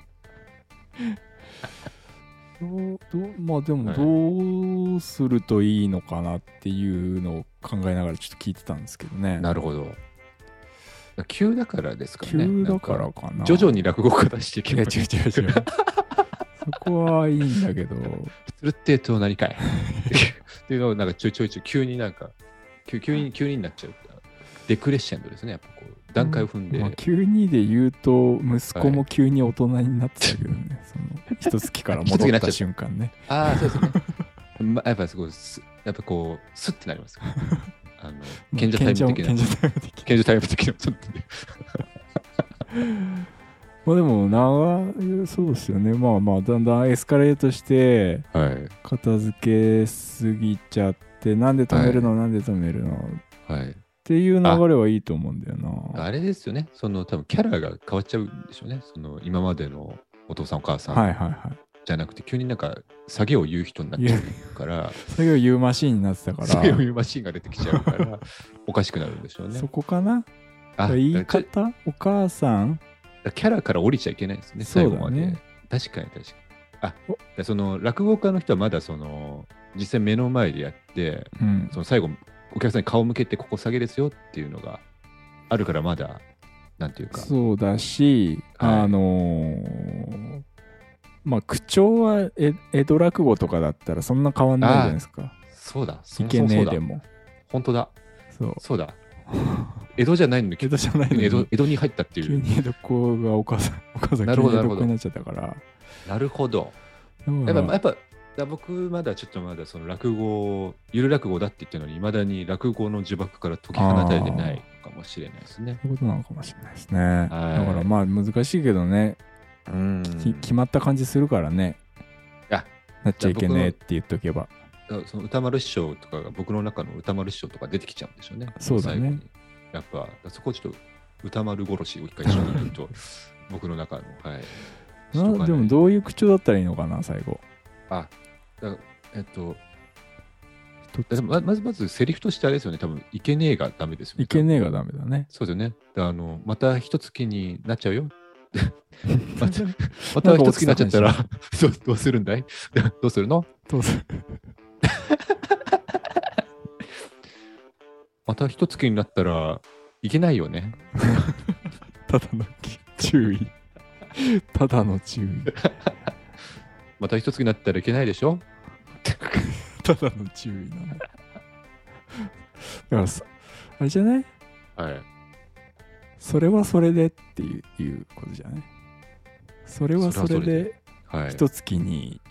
どうどうまあでもどうするといいのかなっていうのを考えながらちょっと聞いてたんですけどね。 なるほど。急だからですかね。 急だからかな。 徐々に落語家出していけばいいや違う違う違うそこはいいんだけどするってと何かいっていうのをなんかちょいちょいちょい急になんか急急に急になっちゃうデクレッシェンドですね。やっぱこう段階を踏んで、うんまあ、 急にで言うと息子も急に大人になってたけどね、はい、その一月から戻った瞬間ねああそうですねま、やっぱすごいやっぱこうスッてなりますよあの賢者タイム的な賢者タイム的なちょっとねまあでも長そうですよね。まあまあだんだんエスカレートして片付けすぎちゃって、はい、なんで止めるの、はい、なんで止めるの、はい、っていう流れはいいと思うんだよな。 あ, あれですよね。その多分キャラが変わっちゃうんでしょうね。その今までのお父さんお母さんじゃなくて急になんか下げを言う人になっちゃうから下げを言うマシーンになってたから下げを言うマシーンが出てきちゃうからおかしくなるんでしょうね。 そこかな。あ言い方お母さんキャラから降りちゃいけないですね。最後まで確かに確かに。あ、でその落語家の人はまだその実際目の前でやって、うん、その最後お客さんに顔向けてここ下げですよっていうのがあるからまだなんていうかそうだし、はい、あのー、まあ口調は江戸落語とかだったらそんな変わんないじゃないですか。 そうだ、 いけねえでも。 本当だ。 そうそうだ。江戸じゃないのに江戸じゃないのに江戸、江戸に入ったっていう。 急に江戸っ子がお母さん、お母さん急に江戸っ子になっちゃったから。 なるほど。やっぱ、やっぱ僕まだちょっとまだその落語、ゆる落語だって言ってるのに、いまだに落語の呪縛から解き放たれてないかもしれないですね。 そういうことなのかもしれないですね。だからまあ難しいけどね、うん決まった感じするからね。 あ、 なっちゃいけねえって言っとけば。 その歌丸師匠とかが僕の中の歌丸師匠とか出てきちゃうんでしょうね。 そうだね。 やっぱそこをちょっと歌丸殺しを一回一緒に言うと僕の中のはい。 なでもどういう口調だったらいいのかな最後。 あ、だえっとま, まずまずセリフとしてあれですよね。多分いけねえがダメですよね。 いけねえがダメだね。 そうですよね。あのまた一月になっちゃうよ。またまた一月になっちゃったらどうどうするんだい？どうするの？ どうする？ また一月になったらいけないよね。 ただの注意。ただの注意。 また一月になったらいけないでしょ。 ただの注意なの。だからさ、あれじゃない？ はい。 それはそれでっていう、いうことじゃない？それはそれで一月に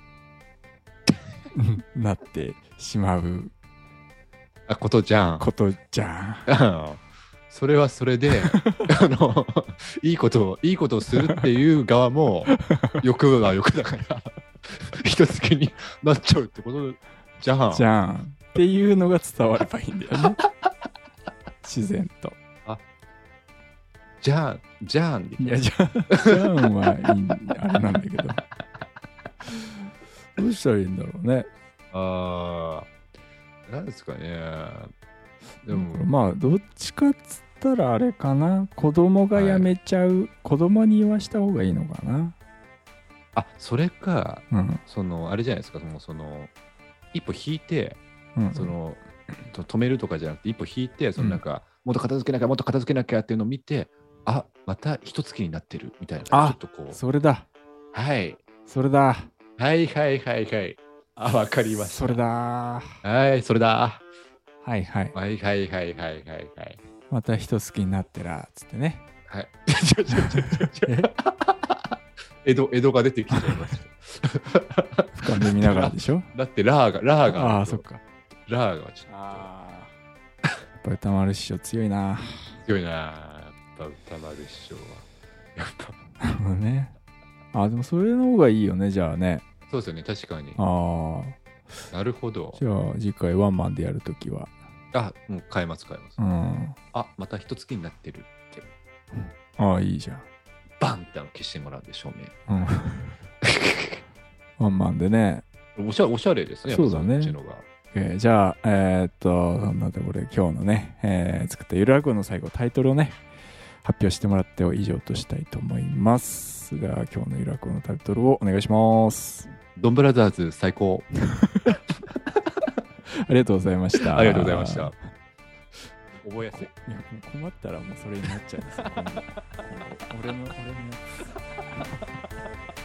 なってしまうあことじゃん。 ことじゃん。それはそれであのいいことをいいことをするっていう側も欲は欲だから一月になっちゃうってことじゃん。 じゃんっていうのが伝わればいいんだよね。自然と。 あ、じゃんじゃん。 いやじゃんじゃんはいいあれなんだけど。どうしたらいいんだろうね。 ああ、なんですかね。 でもまあどっちかっつったらあれかな。子供がやめちゃう、はい、子供に言わした方がいいのかな。 あ、それか、 うん、 そのあれじゃないですか。もうその一歩引いて、 うん、 その止めるとかじゃなくて一歩引いて、そのなんか、うん、もっと片付けなきゃもっと片付けなきゃっていうのを見て、あ、また一月になってるみたいな。 あ、 ちょっとこう。 それだ。 はい。 それだ。 はいはいはいはい。あ、わかりました。 それだ。 はい、それだ。 はいはい。 はいはいはいはいはいはい。 また一月になってらっつってね。 はい。江戸江戸が出てきちゃいました。 俯瞰で見ながらでしょ。 だってラーがラーが。 ああそっか。 ラーがちょっと。 ああ。やっぱ歌丸師匠強いな。 強いな。やっぱ歌丸師匠は。やっぱ。 なるほどね。ああでもそれの方がいいよねじゃあね。 そうですよね確かに。 ああ。なるほど。 じゃあ次回ワンマンでやるときは。 あ、もう変えます変えます。 うん、 あ、また一月になってるって。 ああいいじゃん。 バンって消してもらうんで照明。 うん、ワンマンでね。 おしゃおしゃれですね。 そうだね。 うちのがえー、じゃあえー、っとそんなところで今日のね、えー、作ったゆる落語の最後タイトルをね発表してもらって以上としたいと思います。では今日のゆる落語のタイトルをお願いします。 ドンブラザーズ最高。 ありがとうございました。 ありがとうございました。覚えやすい。 いやもう困ったらもうそれになっちゃうんですよ。俺の俺のやつ。